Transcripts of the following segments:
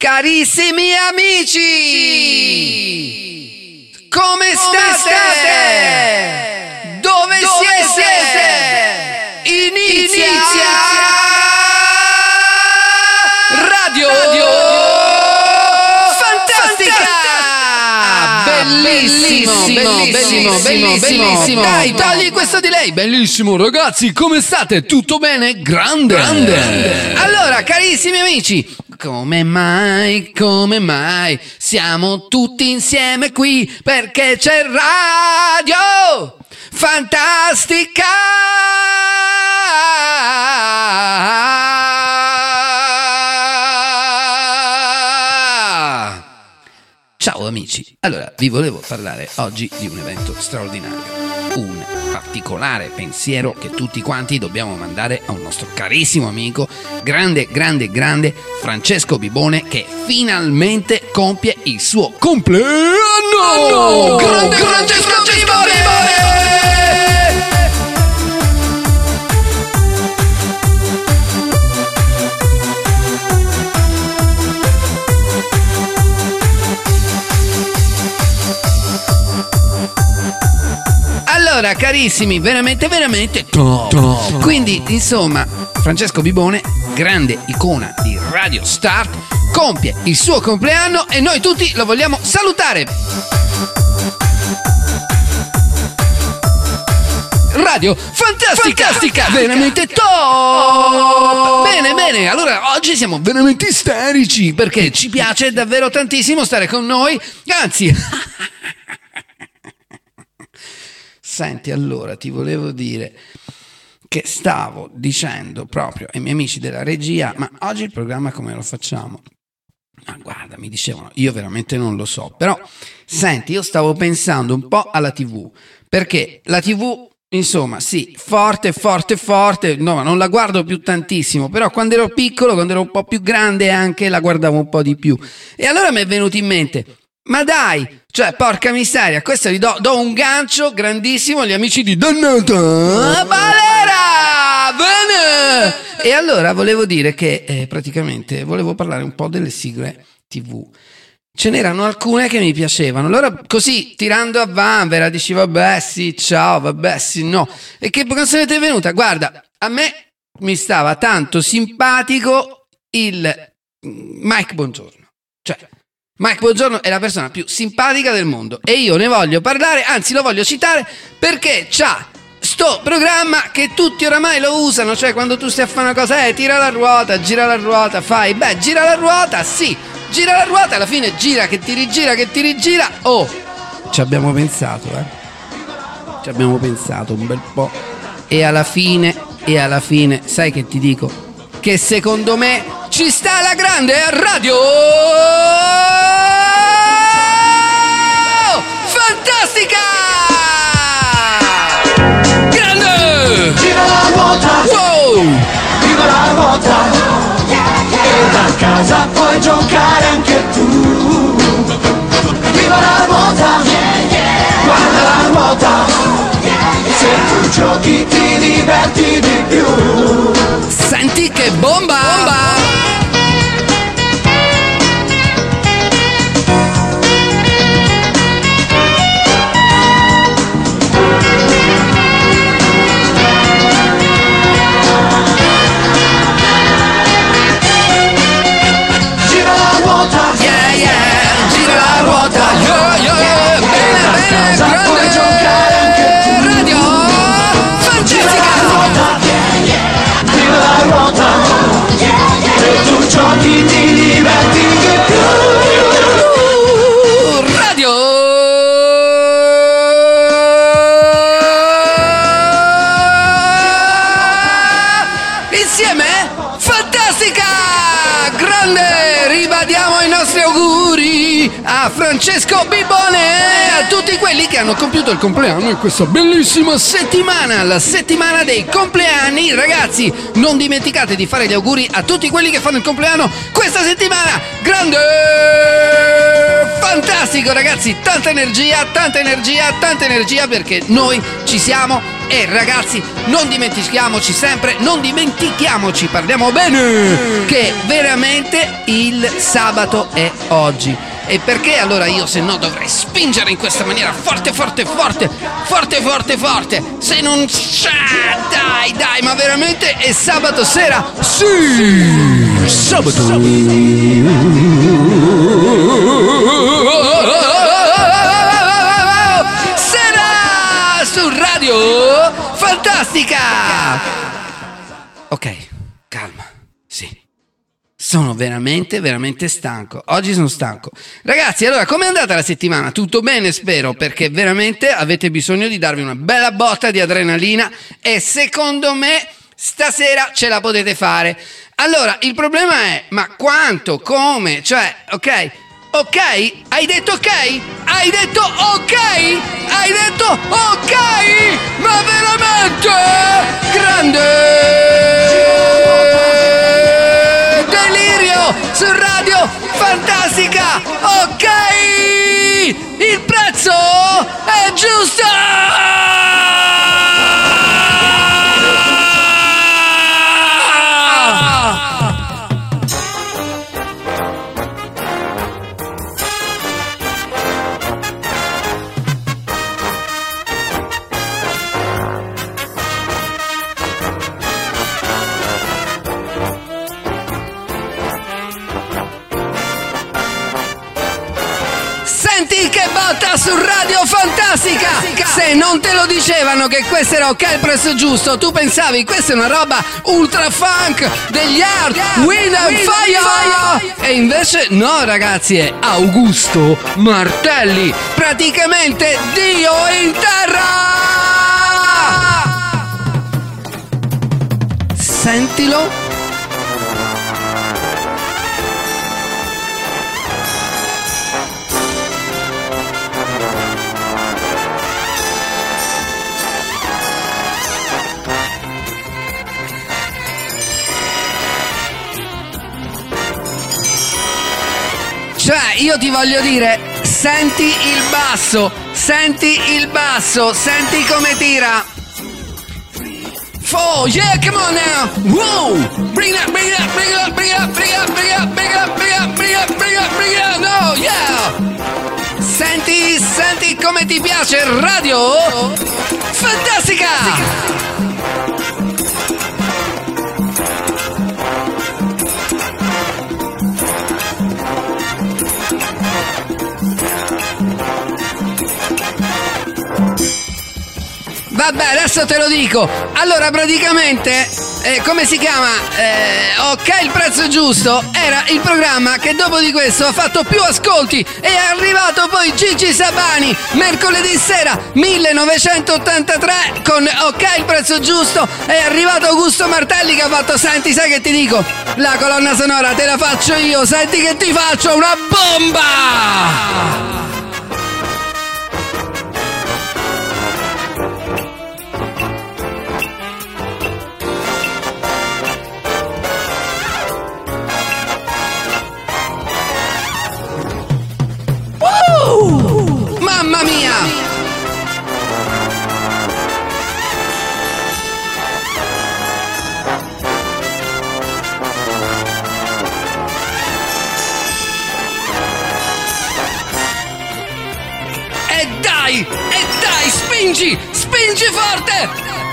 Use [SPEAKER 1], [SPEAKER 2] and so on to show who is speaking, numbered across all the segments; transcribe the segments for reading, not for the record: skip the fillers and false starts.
[SPEAKER 1] Carissimi amici, come state? Dove siete? Inizia Radio Fantastica! Bellissimo! Dai, togli questo delay! Bellissimo, ragazzi, come state? Tutto bene? Grande! Allora, carissimi amici, come mai siamo tutti insieme qui? Perché c'è Radio Fantastica! Ciao amici, allora vi volevo parlare oggi di un evento straordinario, un particolare pensiero che tutti quanti dobbiamo mandare a un nostro carissimo amico, grande Francesco Bibone, che finalmente compie il suo compleanno! Grande Francesco Bibone! Allora, carissimi, veramente top. Quindi, insomma, Francesco Bibone, grande icona di Radio Start, compie il suo compleanno e noi tutti lo vogliamo salutare. Radio Fantastica, veramente top! Bene, allora oggi siamo veramente isterici perché ci piace davvero tantissimo stare con noi, anzi... Senti, allora ti volevo dire che stavo dicendo proprio ai miei amici della regia, ma oggi il programma come lo facciamo? Ma guarda, mi dicevano, io veramente non lo so, però senti, io stavo pensando un po' alla TV, perché la TV, insomma, sì, forte, no, non la guardo più tantissimo, però quando ero piccolo, quando ero un po' più grande anche la guardavo un po' di più. E allora mi è venuto in mente... Ma dai, cioè porca miseria, questo gli do un gancio grandissimo agli amici di Dannata Valera, bene! E allora volevo dire che praticamente volevo parlare un po' delle sigle TV. Ce n'erano alcune che mi piacevano, allora così tirando a vanvera dici vabbè sì, ciao, vabbè sì, no. E che canzone ti è venuta? Guarda, a me mi stava tanto simpatico il Mike Bongiorno, cioè... Mike Bongiorno è la persona più simpatica del mondo e io ne voglio parlare, anzi lo voglio citare perché c'ha sto programma che tutti oramai lo usano, cioè quando tu stai a fare una cosa, tira la ruota, gira la ruota, gira la ruota, sì, gira la ruota, alla fine gira che ti rigira, oh, ci abbiamo pensato un bel po' e alla fine, sai che ti dico? Che secondo me ci sta la grande Radio Fantastica! Grande!
[SPEAKER 2] Gira la ruota!
[SPEAKER 1] Wow!
[SPEAKER 2] Viva la ruota! E da casa puoi giocare anche tu! Viva la ruota! Guarda la ruota! Se tu giochi ti diverti di più!
[SPEAKER 1] Senti che bomba!
[SPEAKER 2] Gira la ruota!
[SPEAKER 1] Gira la ruota! Bene,
[SPEAKER 2] Puoi giocare anche tu!
[SPEAKER 1] Radio Fantastica!
[SPEAKER 2] Gira la ruota! Se tu giochi ti diverti di più!
[SPEAKER 1] Radio insieme Fantastica! Grande! Ribadiamo i nostri auguri a Francesco Bibone e a tutti quelli che hanno compiuto il compleanno in questa bellissima settimana, la settimana dei compleanni. Ragazzi, non dimenticate di fare gli auguri a tutti quelli che fanno il compleanno questa settimana. Grande! Fantastica! fantastico ragazzi, tanta energia, tanta energia, tanta energia, perché noi ci siamo e ragazzi non dimentichiamoci sempre, non dimentichiamoci, parliamo bene, che veramente il sabato è oggi. E perché allora io se no dovrei spingere in questa maniera forte forte forte forte forte forte, se non c'è, dai, ma veramente è sabato sera, sì, sabato sera su Radio Fantastica. Ok, calma, sì. Sono veramente, veramente stanco. Oggi sono stanco. Ragazzi, allora, com'è andata la settimana? Tutto bene, spero, perché veramente avete bisogno di darvi una bella botta di adrenalina e secondo me stasera ce la potete fare. Allora, il problema è, ma quanto, come, cioè, ok? Ok? Hai detto ok? Hai detto ok? Hai detto ok? Ma veramente? Grande! Su Radio Fantastica, ok, il prezzo è giusto. Senti che botta su Radio Fantastica! Se non te lo dicevano che questo era ok il prezzo giusto, tu pensavi questa è una roba ultra funk degli Earth, Wind and Fire! E invece no ragazzi, è Augusto Martelli, praticamente Dio in terra! Sentilo. Cioè, io ti voglio dire, senti il basso, senti come tira. Oh, yeah, come on now. Whoa, bring it up, bring it up, bring it up, bring it up, bring it up, bring it up, bring it up, bring it up, bring it up, bring it up, bring it up, no, yeah. Senti come ti piace Radio Fantastica. Vabbè, adesso te lo dico. Allora, praticamente, come si chiama? Ok, il prezzo giusto era il programma che dopo di questo ha fatto più ascolti. È arrivato poi Gigi Sabani mercoledì sera 1983 con Ok, il prezzo giusto. È arrivato Augusto Martelli che ha fatto, senti, sai che ti dico? La colonna sonora te la faccio io. Senti che ti faccio una bomba! Mamma mia! E dai, spingi forte!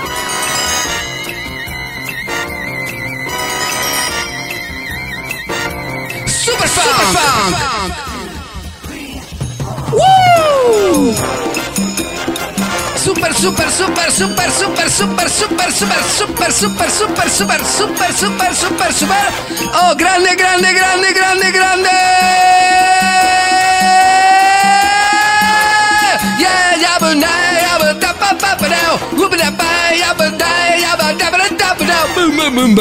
[SPEAKER 1] Super funk! Woo! Super. Oh, grande.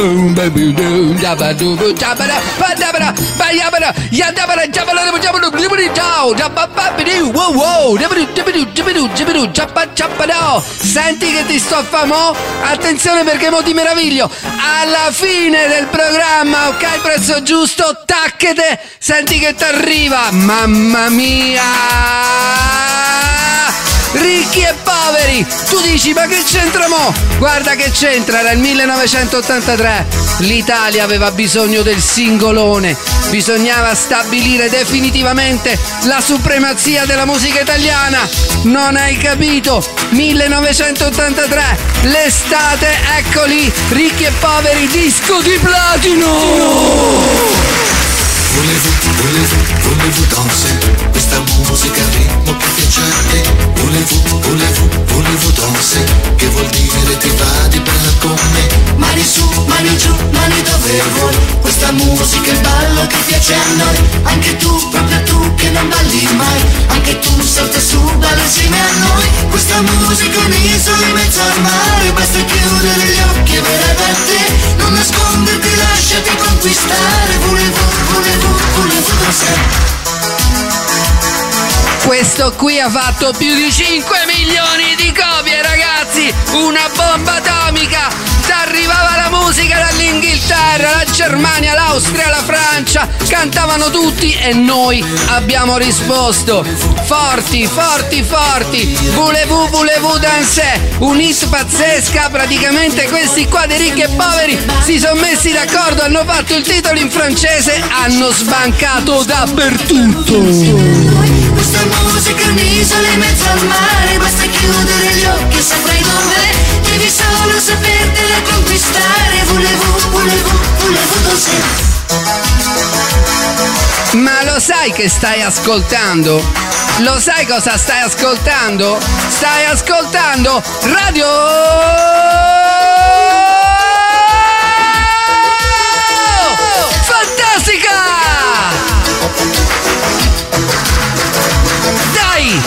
[SPEAKER 1] Senti che ti sto a famo? Attenzione perché mo ti meraviglio. Alla fine del programma, ok, prezzo giusto, tacchete, senti che ti arriva. Mamma mia! Ricchi e poveri, tu dici ma che c'entra mo? Guarda che c'entra, era il 1983, l'Italia aveva bisogno del singolone, bisognava stabilire definitivamente la supremazia della musica italiana. Non hai capito? 1983, l'estate, ecco lì, Ricchi e poveri, disco di platino.
[SPEAKER 3] Volevo danser, questa musica al ritmo che piace a te. Volevo danser, che vuol dire ti va di balla con me. Mani su, mani giù, mani dove vuoi, questa musica è il ballo che piace a noi. Anche tu, proprio tu che non balli mai, anche tu salta su, balla insieme a noi. Questa musica è un'isola in mezzo al mare, basta chiudere gli occhi e vedere da te. Non nasconderti, lasciati conquistare. Volevo danzare.
[SPEAKER 1] Questo qui ha fatto più di 5 milioni di copie, ragazzi! Una bomba atomica! Arrivava la musica dall'Inghilterra, la Germania, l'Austria, la Francia, cantavano tutti e noi abbiamo risposto. Forti! Volevo danser! Un hit pazzesca, praticamente questi qua dei Ricchi e poveri si sono messi d'accordo, hanno fatto il titolo in francese, hanno sbancato dappertutto.
[SPEAKER 3] Questa musica è un'isola in mezzo al mare, basta chiudere gli occhi e saprai dov'è. Devi solo sapertela conquistare. Volevo danzare.
[SPEAKER 1] Ma lo sai che stai ascoltando? Lo sai cosa stai ascoltando? Stai ascoltando Radio Fantastica! Dai!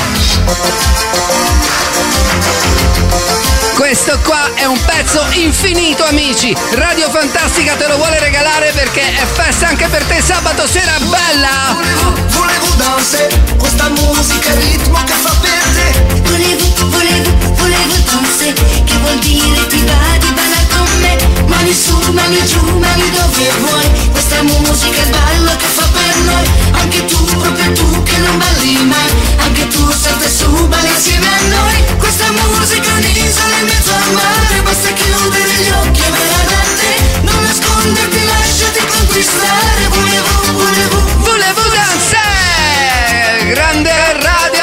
[SPEAKER 1] Questo qua è un pezzo infinito, amici. Radio Fantastica te lo vuole regalare perché è festa anche per te sabato sera, bella.
[SPEAKER 3] Volevo danzare, questa musica è il ritmo che fa per te.
[SPEAKER 4] Volevo danzare, che vuol dire ti va di balla con me. Mani su, mani giù, mani dove vuoi, questa musica è il ballo che fa per noi. Anche tu, proprio tu che non balli mai, anche tu salta su, balli insieme a noi. Questa musica è un'isola in mezzo al mare, basta chiudere gli occhi e verrà da te. Non nasconderti, lasciati conquistare. Volevo
[SPEAKER 1] danzare. Grande Radio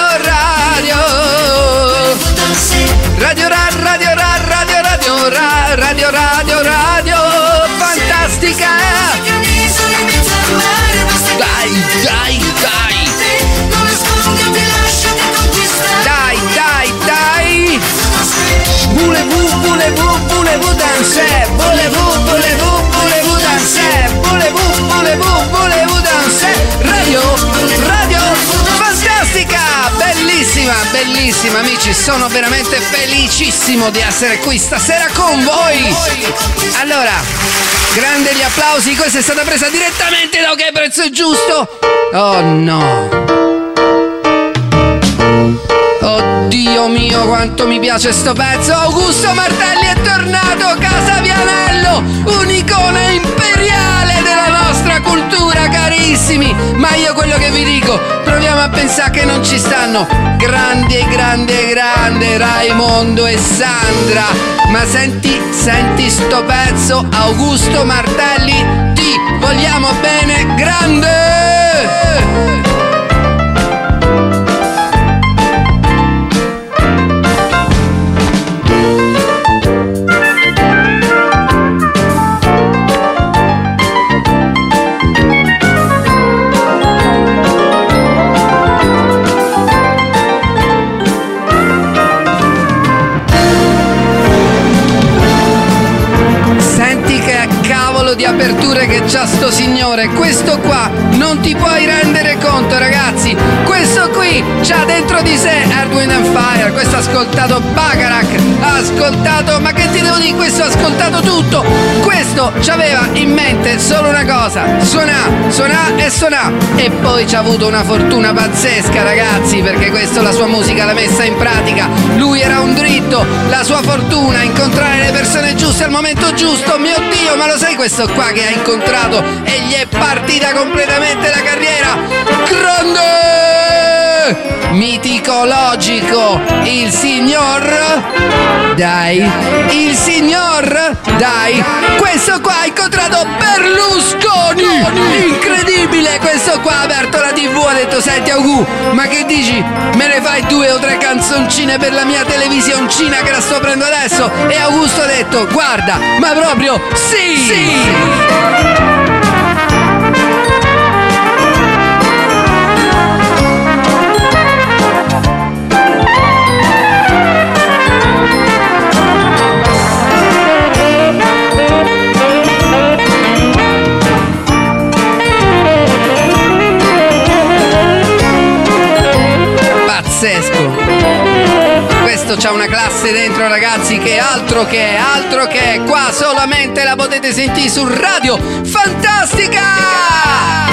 [SPEAKER 1] Fantastica. Dai.
[SPEAKER 3] Non nasconderti, lasciati conquistare.
[SPEAKER 1] Dai. Volevo danzare. Volevo danzare. Radio Fantastica. Bellissima amici, sono veramente felicissimo di essere qui stasera con voi. Allora, grande gli applausi, questa è stata presa direttamente da Ok Prezzo Giusto. Oh no. Oddio mio, quanto mi piace sto pezzo. Augusto Martelli è tornato, Casa Vianello, un'icona imperiale della nostra cultura, carissimi. Ma io quello che vi dico, proviamo a pensare che non ci stanno grande Raimondo e Sandra. Ma senti sto pezzo, Augusto Martelli, ti vogliamo bene, grande! Di aperture che c'ha sto signore. signore, questo qua non ti puoi rendere conto, ragazzi. Questo qui c'ha dentro di sé Earth, Wind and Fire. Questo ha ascoltato Bacharach, ha ascoltato, ma che ti devo dire, questo ha ascoltato tutto. Questo c'aveva in mente solo una cosa: suonà e suonà. E poi c'ha avuto una fortuna pazzesca, ragazzi, perché questo la sua musica l'ha messa in pratica. Lui era un dritto, la sua fortuna, incontrare le persone giuste al momento giusto. Mio Dio, ma lo sai questo qua che ha incontrato e gli è partita completamente la carriera? Grande! Miticologico, il signor Dai, questo qua ha incontrato Berlusconi, incredibile. Questo qua ha aperto la TV, ha detto: senti Augu, ma che dici, me ne fai 2 o 3 canzoncine per la mia televisioncina che la sto aprendo adesso? E Augusto ha detto: guarda, ma proprio sì. Pazzesco. Questo c'ha una classe dentro, ragazzi, che altro che qua solamente la potete sentire su Radio Fantastica.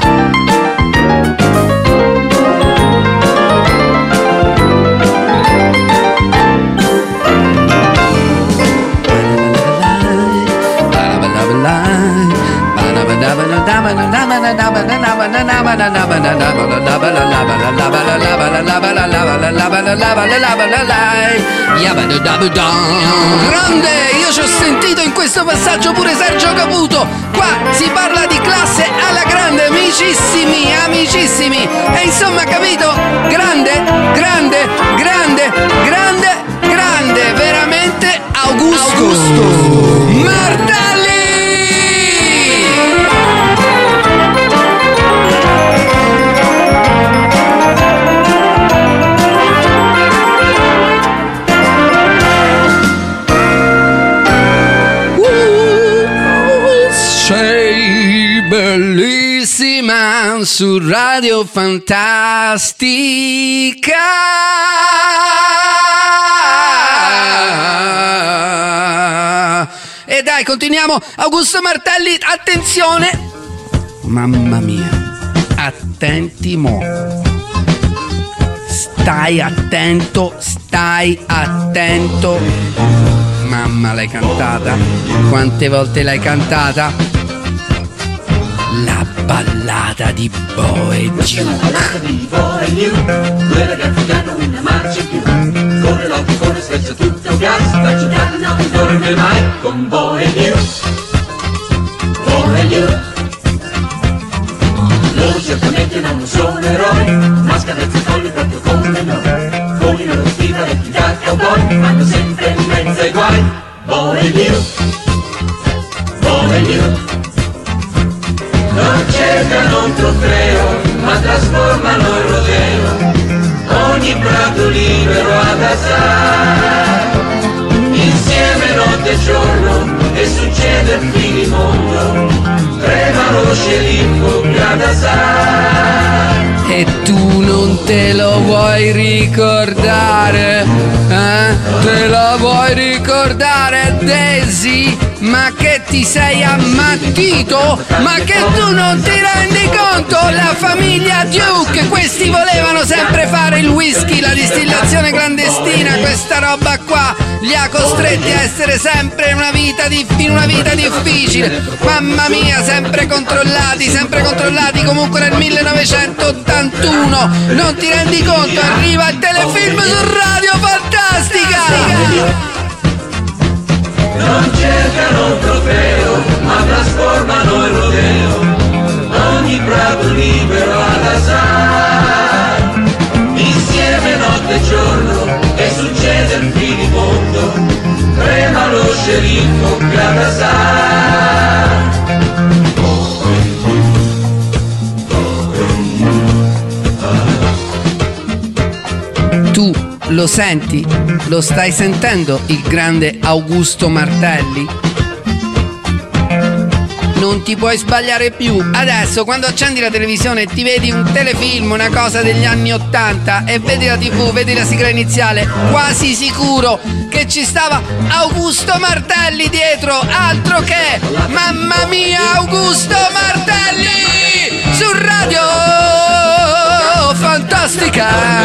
[SPEAKER 1] Grande, io ci ho sentito in questo passaggio pure Sergio Caputo. Qua si parla di classe alla grande, amicissimi. E insomma, capito? Grande, veramente Augusto Martelli. Sei bellissima su Radio Fantastica. E dai, continuiamo. Augusto Martelli, attenzione. Mamma mia, attenti mo. Stai attento. Mamma, l'hai cantata? Quante volte l'hai cantata? La ballata di Bo e Duke.
[SPEAKER 2] Quella che africano una marcia più. Corre l'occhio, corre, spezza tutto gas. Faccio piano, non dorme mai con Bo e Duke. Loro certamente non sono eroi, ma scadenza folli proprio come noi. Vogliono lo stivaletti da cowboy, vanno sempre in mezzo ai guai. Bo e Duke. Non cercano un trofeo, ma trasformano il rodeo. Ogni prato libero ad assai. Insieme notte e giorno, e succede il finimondo. Trema lo sceriffo Gradasai.
[SPEAKER 1] E tu non te lo vuoi ricordare, Te lo vuoi ricordare, Daisy? Ma che ti sei ammattito? Ma che tu non ti rendi conto? La famiglia Duke, questi volevano sempre fare il whisky, la distillazione clandestina. Questa roba qua li ha costretti a essere sempre in una vita difficile. Mamma mia, sempre controllati. Comunque nel 1981, non ti rendi conto, arriva il telefilm su Radio Fantastica.
[SPEAKER 2] Non cercano un trofeo, ma trasformano il rodeo. Ogni prato libero ad assai. Insieme notte e giorno, e succede il finimondo. Trema lo sceriffo Gradasai.
[SPEAKER 1] Tu lo senti? Lo stai sentendo il grande Augusto Martelli? non ti puoi sbagliare più. Adesso quando accendi la televisione e ti vedi un telefilm, una cosa degli anni 80 e vedi la TV, vedi la sigla iniziale, quasi sicuro che ci stava Augusto Martelli dietro, altro che mamma mia Augusto Martelli su Radio Fantastica.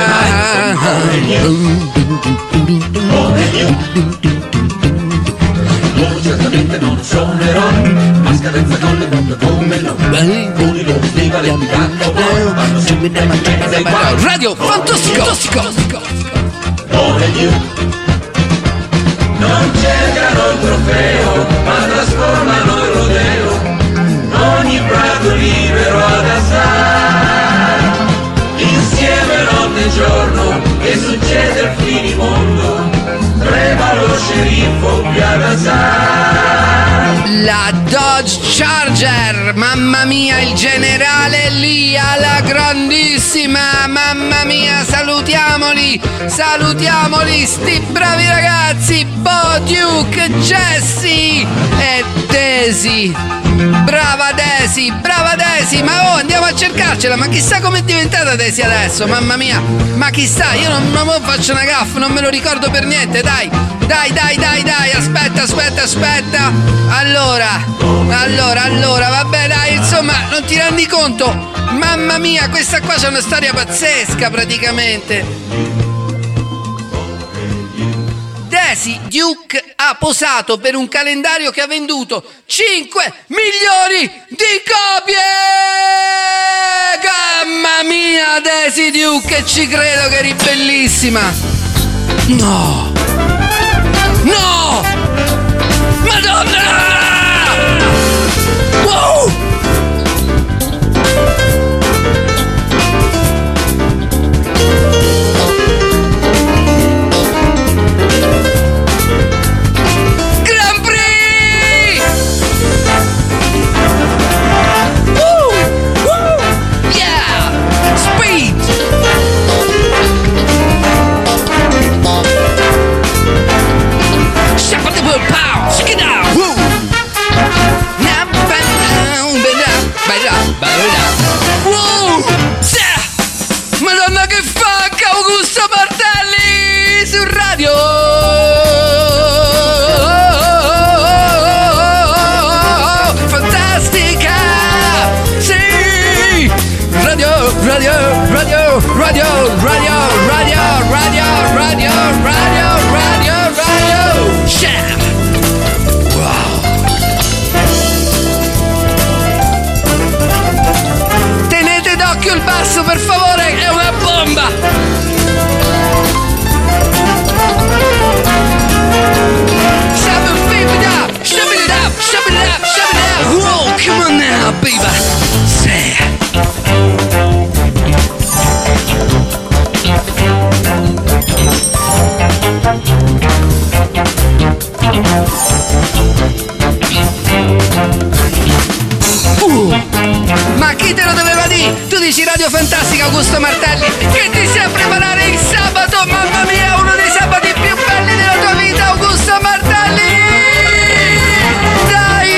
[SPEAKER 2] Certamente non suonerò, ma scadenza con le bombe come no. Con i loro stivali canto, vanno sempre dei guai.
[SPEAKER 1] Radio Fantastico.
[SPEAKER 2] Non cercano il trofeo, ma trasformano il rodeo. Ogni prato libero ad assai. Insieme notte e giorno, che succede al finimondo. Trema lo sceriffo Piagasai.
[SPEAKER 1] La Dodge Charger, mamma mia, il generale Lia, la grandissima, mamma mia, salutiamoli, sti bravi ragazzi, Bo, Duke, Jessie e Daisy. Brava Daisy, ma andiamo a cercarcela, ma chissà com'è diventata Daisy adesso, mamma mia, ma chissà, io non faccio una gaffa, non me lo ricordo per niente, dai, aspetta, allora, vabbè dai, insomma, non ti rendi conto, mamma mia, questa qua c'è una storia pazzesca praticamente. Daisy Duke ha posato per un calendario che ha venduto 5 milioni di copie! Mamma mia, Daisy Duke, ci credo che eri bellissima! No! Madonna! Wow! Madonna che facca Augusto Martelli su Radio Fantastica. Sì, Radio Chef. Wow. Tenete d'occhio il basso, per favore, è una bomba! Shove it up! Whoa, come on now, baby! Say. Ma chi te lo doveva dire? Tu dici Radio Fantastica, Augusto Martelli, che ti sai preparare il sabato, mamma mia, uno dei sabati più belli della tua vita, Augusto Martelli! Dai!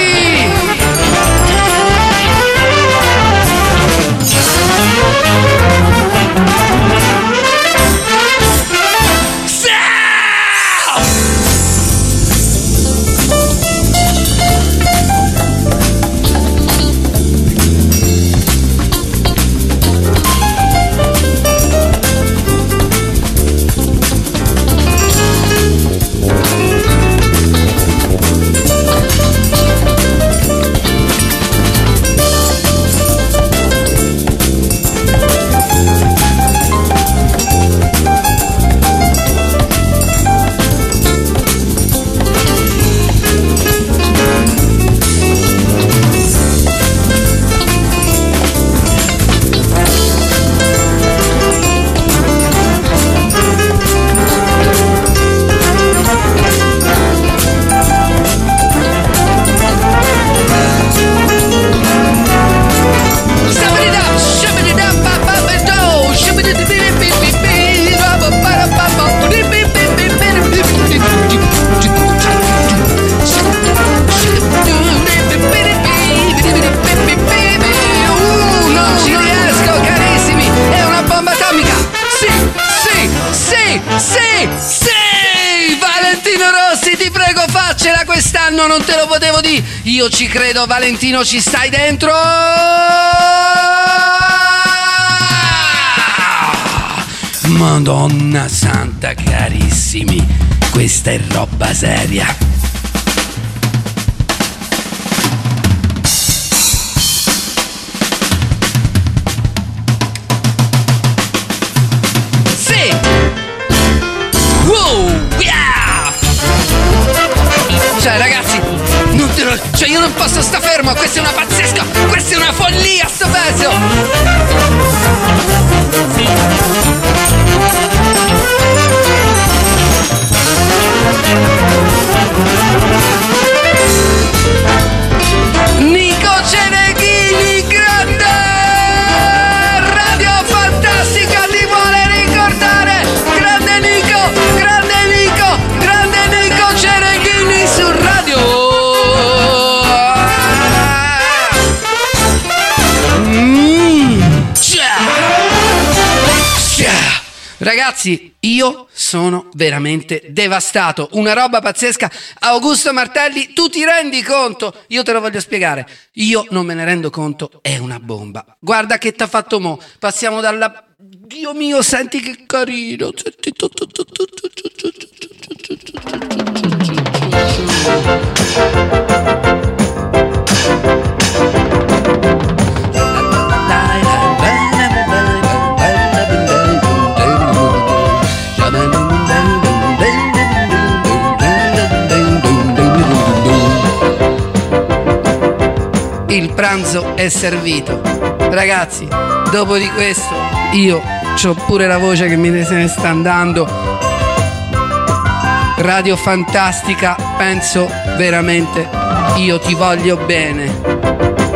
[SPEAKER 1] quest'anno non te lo potevo dire. Io ci credo, Valentino, ci stai dentro? Madonna santa, carissimi, questa è roba seria. Sì! Wow! Yeah! Cioè, ragazzi, cioè io non posso sta fermo, questa è una pazzesca, questa è una follia sto pezzo! Nico Cereghini, grande! Radio Fantastica ti vuole ricordare! Grande Nico, grande Nico, grande Nico Cereghini su radio! Ragazzi, io sono veramente devastato, una roba pazzesca. Augusto Martelli, tu ti rendi conto? Io te lo voglio spiegare, io non me ne rendo conto, è una bomba. Guarda che t'ha fatto mo', passiamo dalla... Dio mio, senti che carino, senti... Il pranzo è servito. Ragazzi, dopo di questo io c'ho pure la voce che se ne sta andando. Radio Fantastica, penso veramente, io ti voglio bene.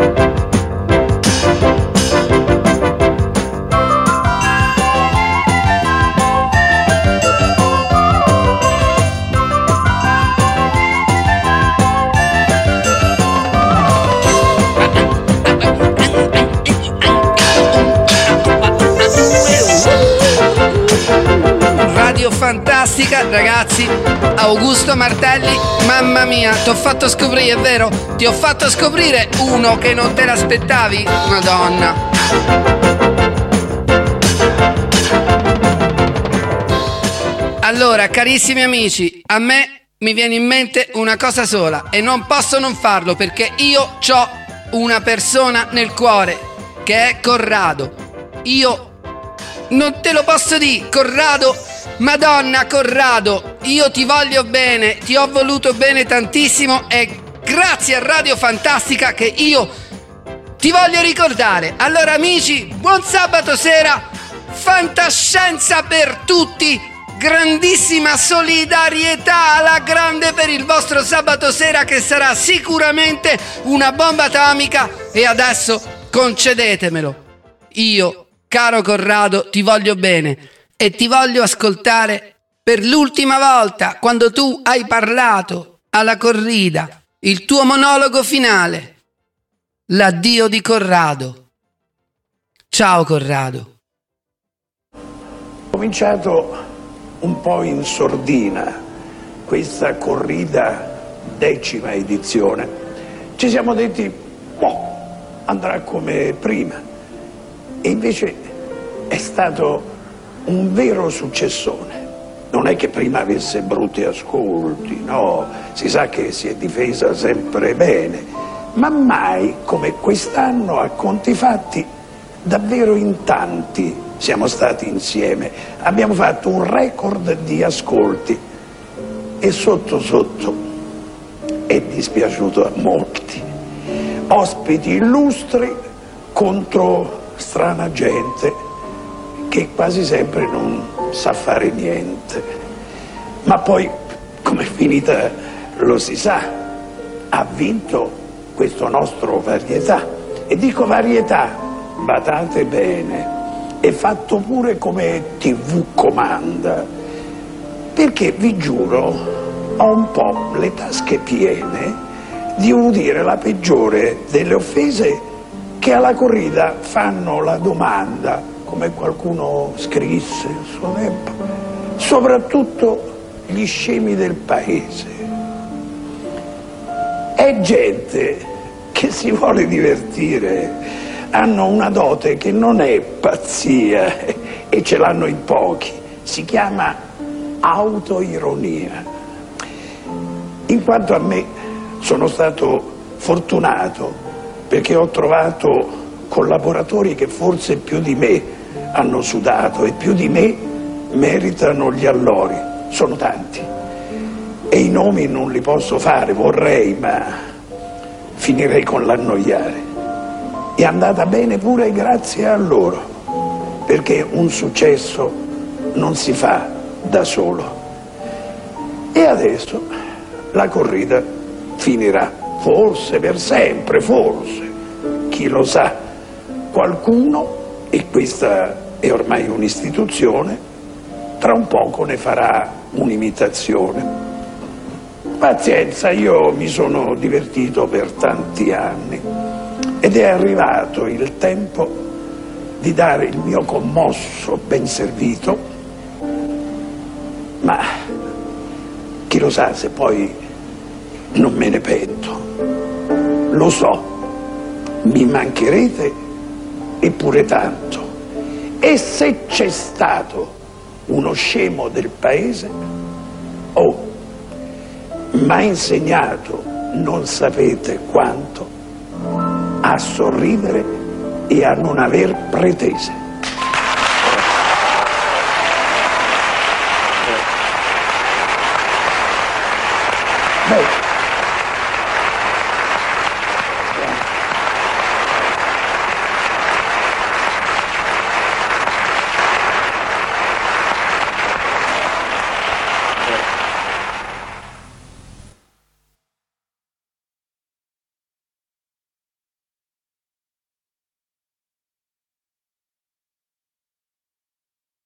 [SPEAKER 1] Fantastica, ragazzi, Augusto Martelli, mamma mia, ti ho fatto scoprire, è vero? Ti ho fatto scoprire uno che non te l'aspettavi? Madonna. Allora, carissimi amici, a me mi viene in mente una cosa sola e non posso non farlo perché io c'ho una persona nel cuore che è Corrado. Io non te lo posso dire, Corrado. Madonna Corrado, io ti voglio bene, ti ho voluto bene tantissimo e grazie a Radio Fantastica che io ti voglio ricordare. Allora amici, buon sabato sera, fantascienza per tutti, grandissima solidarietà alla grande per il vostro sabato sera che sarà sicuramente una bomba atomica e adesso concedetemelo. Io, caro Corrado, ti voglio bene. E ti voglio ascoltare per l'ultima volta quando tu hai parlato alla corrida, il tuo monologo finale, l'addio di Corrado. Ciao Corrado.
[SPEAKER 5] Ho cominciato un po' in sordina questa corrida 10ª edizione. Ci siamo detti, andrà come prima. E invece è stato un vero successone. Non è che prima avesse brutti ascolti, no, si sa che si è difesa sempre bene, ma mai come quest'anno a conti fatti davvero in tanti siamo stati insieme, abbiamo fatto un record di ascolti e sotto sotto è dispiaciuto a molti. Ospiti illustri contro strana gente che quasi sempre non sa fare niente. Ma poi, com'è finita, lo si sa, ha vinto questo nostro Varietà. E dico Varietà, badate bene, è fatto pure come TV comanda, perché vi giuro, ho un po' le tasche piene di udire la peggiore delle offese che alla corrida fanno la domanda, come qualcuno scrisse a suo tempo, soprattutto gli scemi del paese. È gente che si vuole divertire, hanno una dote che non è pazzia e ce l'hanno in pochi, si chiama autoironia. In quanto a me, sono stato fortunato perché ho trovato collaboratori che forse più di me hanno sudato e più di me meritano gli allori. Sono tanti e i nomi non li posso fare, vorrei, ma finirei con l'annoiare. È andata bene pure grazie a loro, perché un successo non si fa da solo. E adesso la corrida finirà, forse per sempre, forse, chi lo sa. Qualcuno, e questa è ormai un'istituzione, tra un poco ne farà un'imitazione. Pazienza, io mi sono divertito per tanti anni ed è arrivato il tempo di dare il mio commosso ben servito, ma chi lo sa se poi non me ne pento. Lo so, mi mancherete eppure tanto, e se c'è stato uno scemo del paese, m'ha insegnato, non sapete quanto, a sorridere e a non aver pretese. Beh,